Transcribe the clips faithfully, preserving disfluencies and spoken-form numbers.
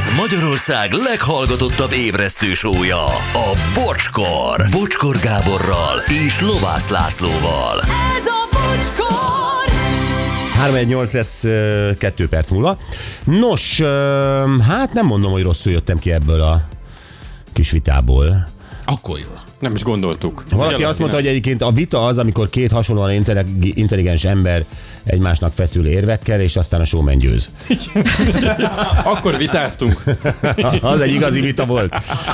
Ez Magyarország leghallgatottabb ébresztő show-ja, a Bocskor. Bocskor Gáborral és Lovász Lászlóval. Ez a Bocskor! három egy nyolc, ez kettő perc múlva. Nos, hát nem mondom, hogy rosszul jöttem ki ebből a kis vitából. Akkor jó. Nem is gondoltuk. Valaki azt mondta, hogy egyébként a vita az, amikor két hasonlóan intelligens ember egymásnak feszül érvekkel, és aztán a showman győz. Akkor vitáztunk. Az egy igazi vita volt.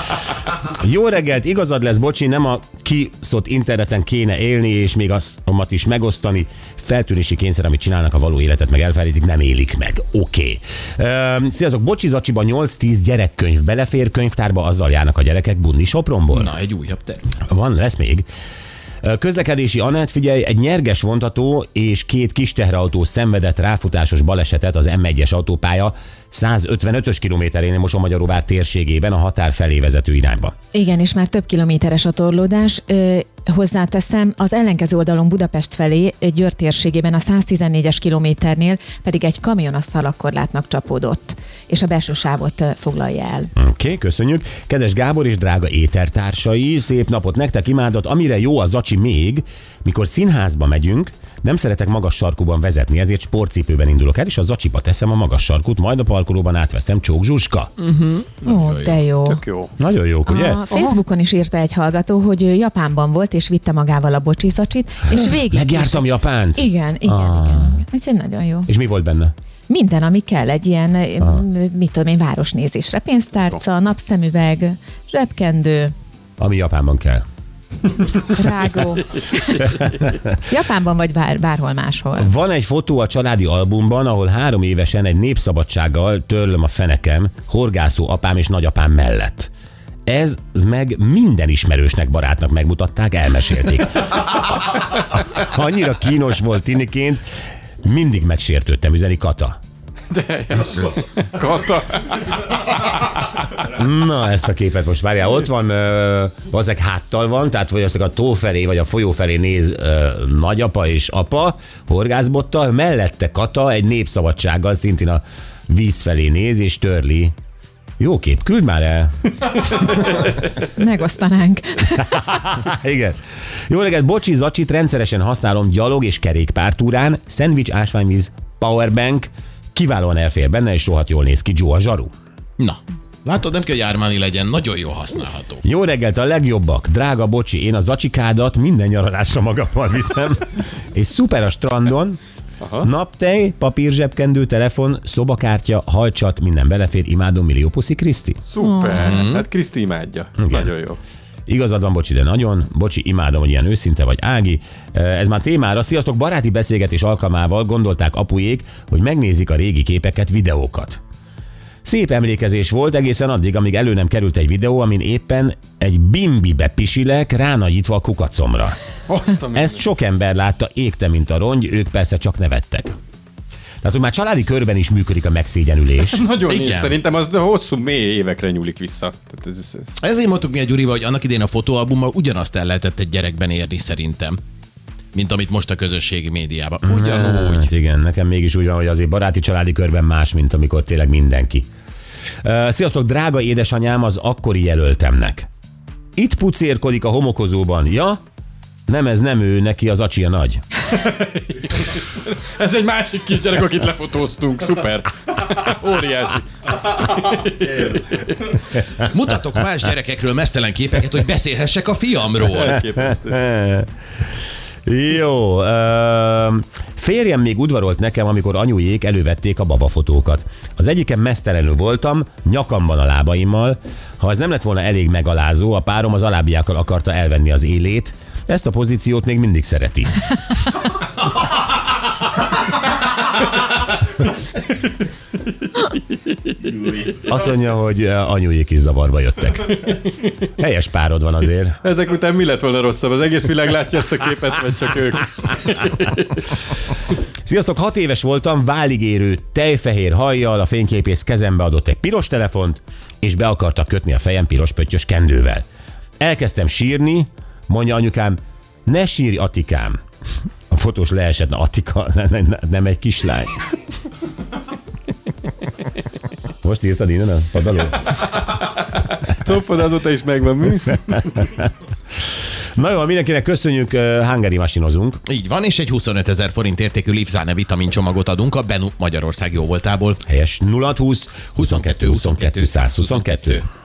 Jó reggelt, igazad lesz, bocsi, nem a kiszott interneten kéne élni, és még azt is megosztani. Feltűnési kényszer, amit csinálnak, a való életet meg elfelejtik, nem élik meg. Oké. Okay. Sziasztok, Bocsi Zacsiba nyolc-tíz gyerekkönyv belefér könyvtárba, azzal járnak a gyerekek Bundi Sopronból. Na, egy újabb terület. Van, lesz még. Közlekedési Anett, figyelj, egy nyerges vontató és két kis teherautó szenvedett ráfutásos balesetet az em egyes autópálya százötvenötös kilométerénél Mosonmagyaróvár térségében a határ felé vezető irányba. Igen, és már több kilométeres a torlódás. Ö, hozzáteszem, az ellenkező oldalon Budapest felé, Győr térségében a száztizennégyes kilométernél pedig egy kamion a szalagkorlátnak csapódott, és a belső sávot foglalja el. Oké, okay, köszönjük. Kedves Gábor és drága étertársai, szép napot nektek, imádott. Amire jó a Zacsi még, mikor színházba megyünk, nem szeretek magas sarkúban vezetni, ezért sportcipőben indulok el, és a Zacsiba teszem a magas sarkút, majd a parkolóban átveszem. Csók Zsuska. Uh-huh. Ó, de jó. Tök jó. Nagyon jók, ugye? A Facebookon is írta egy hallgató, hogy Japánban volt, és vitte magával a Bocsi Zacsit, és végig Megjártam is... Japánt? Igen, igen, ah. igen. Úgyhogy nagyon jó. És mi volt benne? Minden, ami kell egy ilyen, ah. mit tudom én, városnézésre. Pénztárca, napszemüveg, zsebkendő. Ami Japánban kell. Rágó. Japánban vagy bár, bárhol máshol. Van egy fotó a családi albumban, ahol három évesen egy népszabadsággal törlöm a fenekem, horgászó apám és nagyapám mellett. Ez meg minden ismerősnek, barátnak megmutatták, elmesélték. Annyira kínos volt tiniként, mindig megsértődtem, üzeni Kata. De Kata. Na, ezt a képet most várjál. Ott van, uh, valószínűleg háttal van, tehát vagy az a tó felé, vagy a folyó felé néz uh, nagyapa és apa horgászbottal, mellette Kata egy népszabadsággal szintén a víz felé néz és törli. Jó kép, küld már el. Megosztanánk. Igen. Jó reggelt, Bocsi Zacsit rendszeresen használom gyalog és kerékpártúrán, szendvics, ásványvíz, powerbank, kiválóan elfér benne, és rohadt jól néz ki. Joe a zsaru. Na, látod, nem kell, hogy Ármáni legyen, nagyon jól használható. Jó reggelt, a legjobbak. Drága Bocsi, én a zacsikádat minden nyaralásra magammal viszem, és szuper a strandon. Aha. Naptej, papírzsebkendő, telefon, szobakártya, hajcsat, minden belefér, imádom, millió puszi, Kriszti. Szuper, mm. hát Kriszti imádja. Igen. Nagyon jó. Igazad van, Bocsi, de nagyon. Bocsi, imádom, hogy ilyen őszinte vagy, Ági. Ez már témára. Sziasztok, baráti beszélgetés alkalmával gondolták apujék, hogy megnézik a régi képeket, videókat. Szép emlékezés volt egészen addig, amíg elő nem került egy videó, amin éppen egy bimbibe pisilek ránagyítva a kukacomra. Ezt sok ember látta, égte, mint a rongy, ők persze csak nevettek. Tehát, hogy már családi körben is működik a megszégyenülés. Nagyon nincs, szerintem az hosszú, mély évekre nyúlik vissza. Tehát ez, ez... Ezért mondtuk mi a Gyurival, hogy annak idején a fotóalbummal ugyanazt el lehetett egy gyerekben érni szerintem, mint amit most a közösségi médiában. Ugyanúgy. Hát igen, nekem mégis úgy van, hogy azért baráti családi körben más, mint amikor tényleg mindenki. Uh, sziasztok, drága édesanyám az akkori jelöltemnek. Itt pucérkodik a homokozóban. Ja? Nem, ez nem ő, neki az acsia nagy. Ez egy másik kisgyerek, akit lefotóztunk. Szuper. Óriási. Mutatok más gyerekekről meztelen képeket, hogy beszélhessek a fiamról. Jó. Uh, férjem még udvarolt nekem, amikor anyujék elővették a babafotókat. Az egyiken meztelenül voltam, nyakamban a lábaimmal. Ha ez nem lett volna elég megalázó, a párom az alábbiákkal akarta elvenni az élét. Ezt a pozíciót még mindig szereti. Azt mondja, hogy anyujék is zavarba jöttek. Helyes párod van azért. Ezek után mi lett volna rosszabb? Az egész világ látja ezt a képet, vagy csak ők? Sziasztok, hat éves voltam, váligérő, tejfehér hajjal, a fényképész kezembe adott egy piros telefont, és be akartak kötni a fejem piros pöttyös kendővel. Elkezdtem sírni, mondja anyukám, ne sírj, Atikám. A fotós leesett, na Attika, nem egy kislány. Most írtad innen a padaló? Toppod azóta is megvan, mi? Na jó, mindenkinek köszönjük, hungary masinozunk. Így van, és egy huszonöt ezer forint értékű Lipzane vitamincsomagot adunk a Benu Magyarország jóvoltából. Helyes nulla húsz huszonkettő huszonkettő száz huszonkettő.